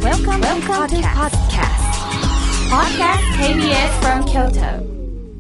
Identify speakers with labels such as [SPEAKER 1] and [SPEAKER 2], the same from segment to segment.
[SPEAKER 1] Welcome to podcast. Podcast KBS from Kyoto.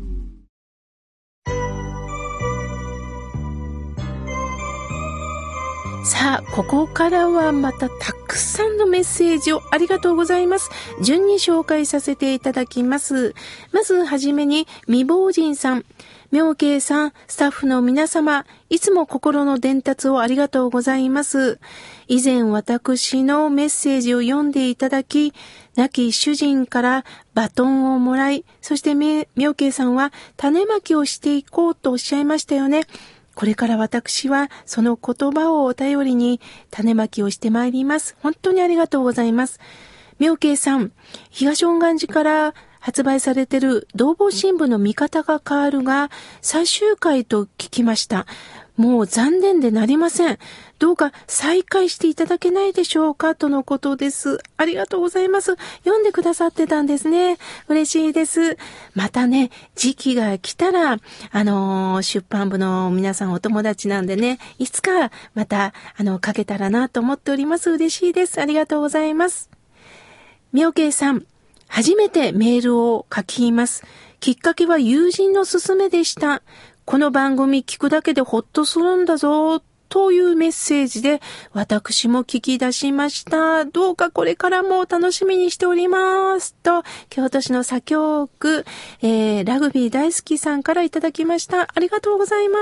[SPEAKER 2] さあ、ここからはまたたくさんのメッセージをありがとうございます。順に紹介させていただきます。まずはじめに、未亡人さん。妙慶さん、スタッフの皆様、いつも心の伝達をありがとうございます。以前私のメッセージを読んでいただき、亡き主人からバトンをもらい、そして妙慶さんは種まきをしていこうとおっしゃいましたよね。これから私はその言葉をお頼りに種まきをしてまいります。本当にありがとうございます。妙慶さん、東恩願寺から発売されている同房新聞の見方が変わるが最終回と聞きました。もう残念でなりません。どうか再開していただけないでしょうかとのことです。ありがとうございます。読んでくださってたんですね。嬉しいです。またね、時期が来たら、出版部の皆さんお友達なんでね、いつかまた、書けたらなと思っております。嬉しいです。ありがとうございます。妙慶さん、初めてメールを書きます。きっかけは友人の勧めでした。この番組聞くだけでほっとするんだぞというメッセージで私も聞き出しました。どうかこれからも楽しみにしておりますと京都市の左京区、ラグビー大好きさんからいただきました。ありがとうございます。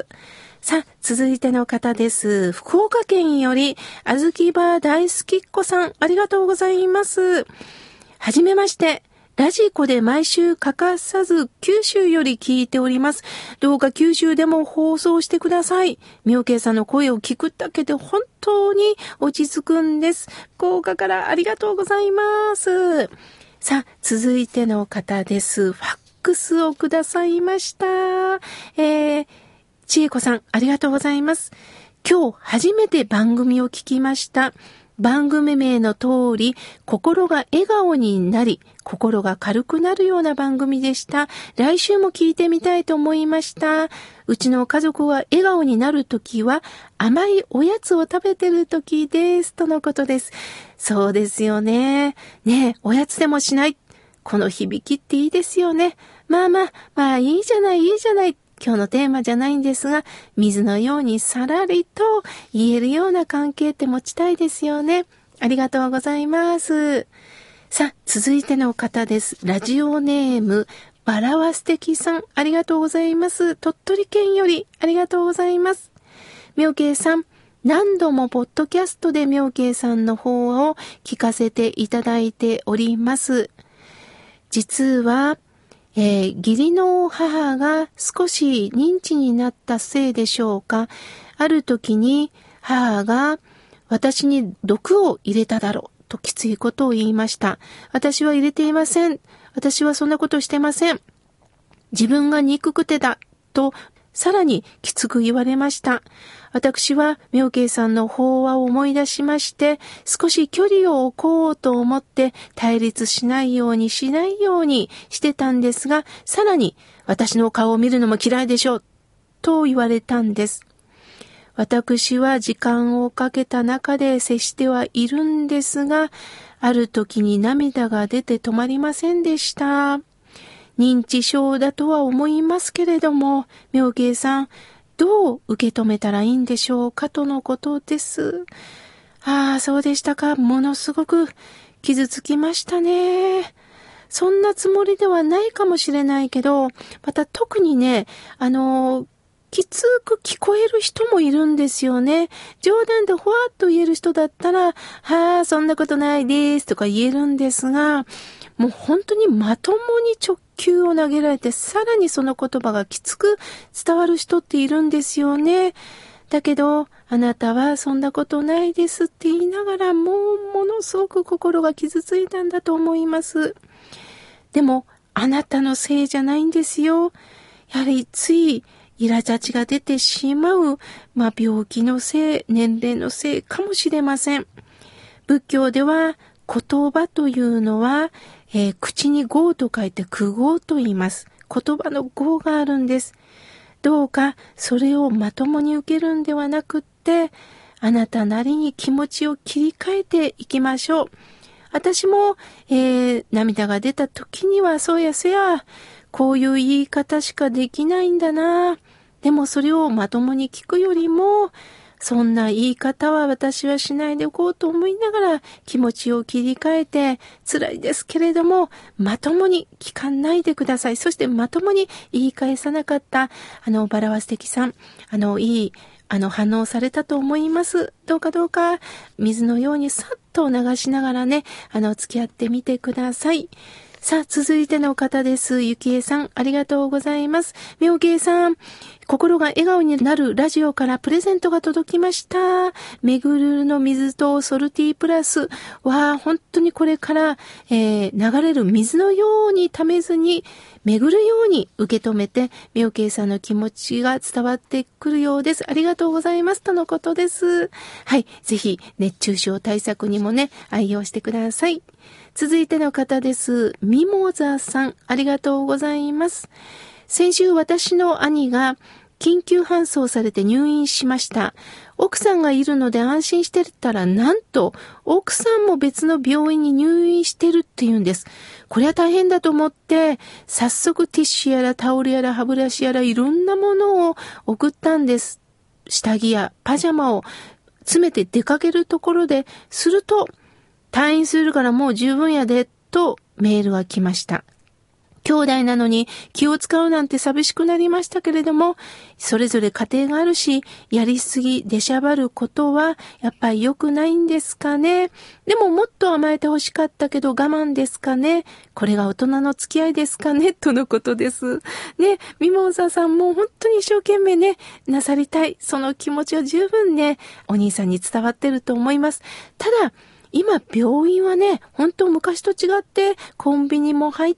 [SPEAKER 2] さあ、続いての方です。福岡県よりあずきバー大好きっ子さん、ありがとうございます。はじめまして。ラジコで毎週欠かさず九州より聞いております。どうか九州でも放送してください。妙慶さんの声を聞くだけで本当に落ち着くんです。福岡からありがとうございます。さあ、続いての方です。ファックスをくださいました。ちえこさん、ありがとうございます。今日初めて番組を聞きました。番組名の通り、心が笑顔になり、心が軽くなるような番組でした。来週も聞いてみたいと思いました。うちの家族は笑顔になるときは、甘いおやつを食べてるときです。とのことです。そうですよね。ねえ、おやつでもしない。この響きっていいですよね。まあ、いいじゃない。今日のテーマじゃないんですが、水のようにさらりと言えるような関係って持ちたいですよね。ありがとうございます。さあ、続いての方です。ラジオネーム、バラは素敵さん、ありがとうございます。鳥取県より、ありがとうございます。妙慶さん、何度もポッドキャストで妙慶さんの方を聞かせていただいております。実は、義理の母が少し認知になったせいでしょうか。ある時に母が私に毒を入れただろうときついことを言いました。私は入れていません。私はそんなことしてません。自分が憎くてだとさらにきつく言われました。私は妙慶さんの法話を思い出しまして、少し距離を置こうと思って対立しないようにしてたんですが、さらに私の顔を見るのも嫌いでしょうと言われたんです。私は時間をかけた中で接してはいるんですが、ある時に涙が出て止まりませんでした。認知症だとは思いますけれども、妙慶さん、どう受け止めたらいいんでしょうかとのことです。ああ、そうでしたか。ものすごく傷つきましたね。そんなつもりではないかもしれないけど、また特にね、きつく聞こえる人もいるんですよね。冗談でほわっと言える人だったら、そんなことないですとか言えるんですが、もう本当にまともに直球を投げられて、さらにその言葉がきつく伝わる人っているんですよね。だけど、あなたはそんなことないですって言いながら、ものすごく心が傷ついたんだと思います。でも、あなたのせいじゃないんですよ。やはりつい苛立ちが出てしまう、病気のせい、年齢のせいかもしれません。仏教では言葉というのは、口に業と書いて苦業と言います。言葉の業があるんです。どうかそれをまともに受けるんではなくって、 あなたなりに気持ちを切り替えていきましょう。私も、涙が出た時には、そうやこういう言い方しかできないんだな。でもそれをまともに聞くよりも、そんな言い方は私はしないでおこうと思いながら気持ちを切り替えて、辛いですけれども、まともに聞かないでください。そしてまともに言い返さなかった、バラは素敵さん、いい、反応されたと思います。どうか、水のようにさっと流しながらね、付き合ってみてください。さあ、続いての方です。ゆきえさん、ありがとうございます。みょうけいさん、心が笑顔になるラジオからプレゼントが届きました。めぐるの水とソルティープラスは、本当にこれから、流れる水のようにためずに、巡るように受け止めて、みょうけいさんの気持ちが伝わってくるようです。ありがとうございます。とのことです。はい。ぜひ、熱中症対策にもね、愛用してください。続いての方です。ミモザさん、ありがとうございます。先週私の兄が緊急搬送されて入院しました。奥さんがいるので安心してたら、なんと奥さんも別の病院に入院してるっていうんです。これは大変だと思って、早速ティッシュやらタオルやら歯ブラシやらいろんなものを送ったんです。下着やパジャマを詰めて出かけるところで、すると、退院するからもう十分やで、とメールが来ました。兄弟なのに気を使うなんて寂しくなりましたけれども、それぞれ家庭があるし、やりすぎ出しゃばることはやっぱり良くないんですかね。でももっと甘えてほしかったけど我慢ですかね。これが大人の付き合いですかね、とのことです。ね、ミモザさんも本当に一生懸命ね、なさりたい。その気持ちは十分ね、お兄さんに伝わってると思います。ただ、今、病院はね、本当昔と違って、コンビニも入って、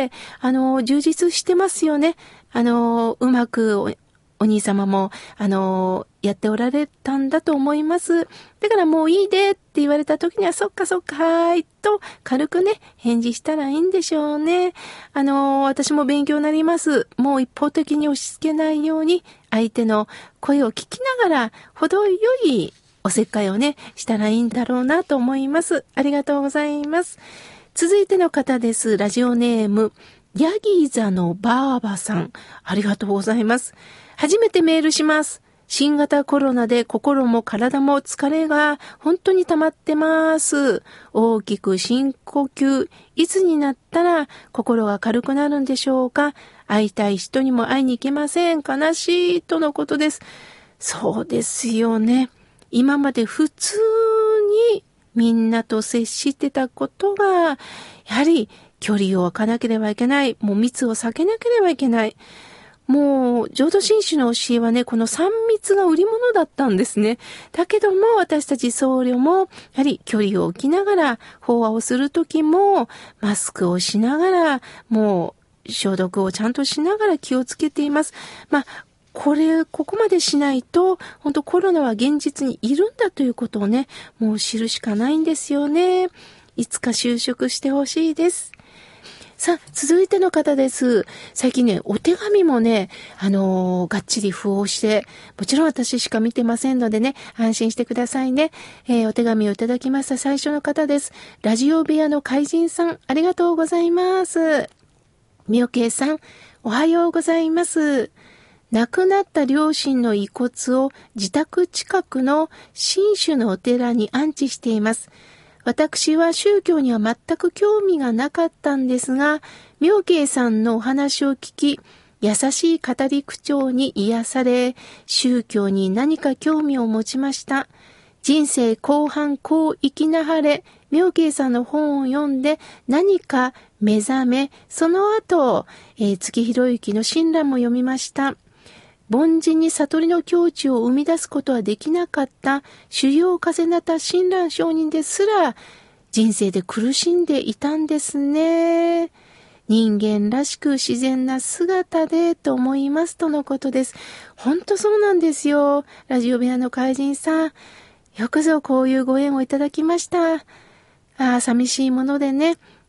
[SPEAKER 2] 充実してますよね。うまくお兄様も、やっておられたんだと思います。だからもういいでって言われた時には、そっか、はーい、と軽くね、返事したらいいんでしょうね。私も勉強になります。もう一方的に押し付けないように、相手の声を聞きながら、程よいおせっかいをね、したらいいんだろうなと思います。ありがとうございます。続いての方です。ラジオネーム、ヤギ座のバーバさん。ありがとうございます。初めてメールします。新型コロナで心も体も疲れが本当に溜まってます。大きく深呼吸。いつになったら心が軽くなるんでしょうか。会いたい人にも会いに行けません。悲しい。とのことです。そうですよね。今まで普通にみんなと接してたことが、やはり距離を置かなければいけない。もう密を避けなければいけない。もう浄土真宗の教えはね、この3密が売り物だったんですね。だけども私たち僧侶も、やはり距離を置きながら、法話をするときも、マスクをしながら、もう消毒をちゃんとしながら気をつけています。ここまでしないと、本当コロナは現実にいるんだということをね、もう知るしかないんですよね。いつか就職してほしいです。さあ、続いての方です。最近ね、お手紙もね、がっちり付応して、もちろん私しか見てませんのでね、安心してくださいね。お手紙をいただきました最初の方です。ラジオ部屋の怪人さん、ありがとうございます。みおけいさん、おはようございます。亡くなった両親の遺骨を自宅近くの新種のお寺に安置しています。私は宗教には全く興味がなかったんですが、妙慶さんのお話を聞き、優しい語り口調に癒され、宗教に何か興味を持ちました。人生後半こう生きなはれ、妙慶さんの本を読んで何か目覚め、その後、月広行の親鸞も読みました。凡人に悟りの境地を生み出すことはできなかった修行を重ねた親鸞上人ですら人生で苦しんでいたんですね。人間らしく自然な姿でと思いますとのことです。本当そうなんですよ。ラジオ部屋の怪人さん、よくぞこういうご縁をいただきました。寂しいものでね、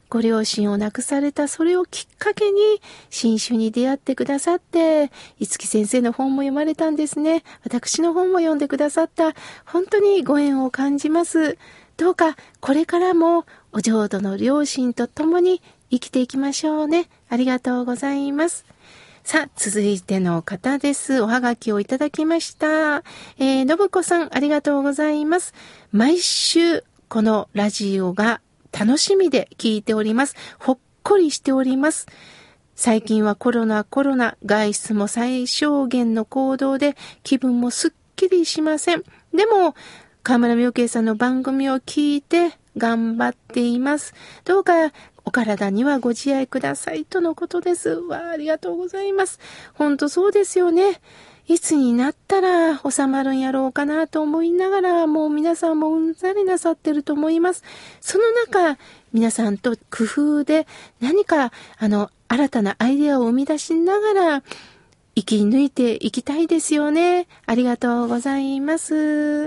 [SPEAKER 2] ご両親を亡くされたそれをきっかけに新種に出会ってくださって、五木先生の本も読まれたんですね。私の本も読んでくださった。本当にご縁を感じます。どうかこれからもお浄土の両親と共に生きていきましょうね。ありがとうございます。さあ、続いての方です。おはがきをいただきました。信子さん、ありがとうございます。毎週、このラジオが楽しみで聞いております。ほっこりしております。最近はコロナ、外出も最小限の行動で気分もすっきりしません。でも、河村明慶さんの番組を聞いて頑張っています。どうかお体にはご自愛くださいとのことです。ありがとうございます。本当そうですよね。いつになったら収まるんやろうかなと思いながら、もう皆さんもうんざりなさってると思います。その中、皆さんと工夫で何か新たなアイデアを生み出しながら生き抜いていきたいですよね。ありがとうございます。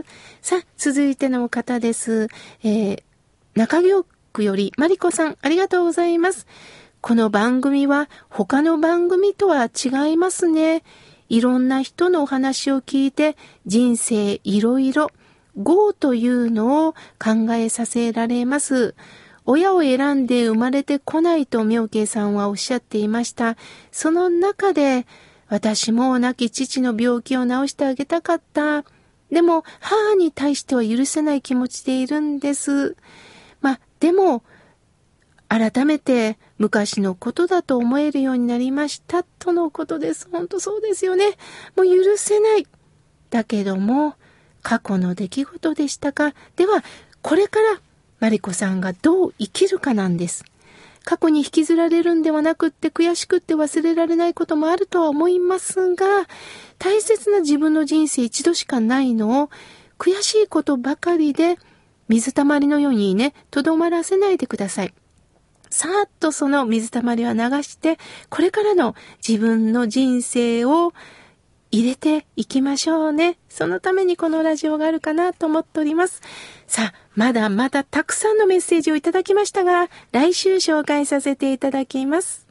[SPEAKER 2] さあ、続いての方です。中京区よりマリコさん、ありがとうございます。この番組は他の番組とは違いますね。いろんな人のお話を聞いて人生いろいろ GO というのを考えさせられます。親を選んで生まれてこないと明慶さんはおっしゃっていました。その中で私も亡き父の病気を治してあげたかった。でも母に対しては許せない気持ちでいるんです。でも改めて昔のことだと思えるようになりましたとのことです。本当そうですよね。もう許せない。だけども過去の出来事でしたか。ではこれからマリコさんがどう生きるかなんです。過去に引きずられるんではなくって悔しくって忘れられないこともあるとは思いますが、大切な自分の人生一度しかないのを悔しいことばかりで水たまりのようにね、とどまらせないでください。さーっとその水たまりは流して、これからの自分の人生を入れていきましょうね。そのためにこのラジオがあるかなと思っております。さあ、まだまだたくさんのメッセージをいただきましたが、来週紹介させていただきます。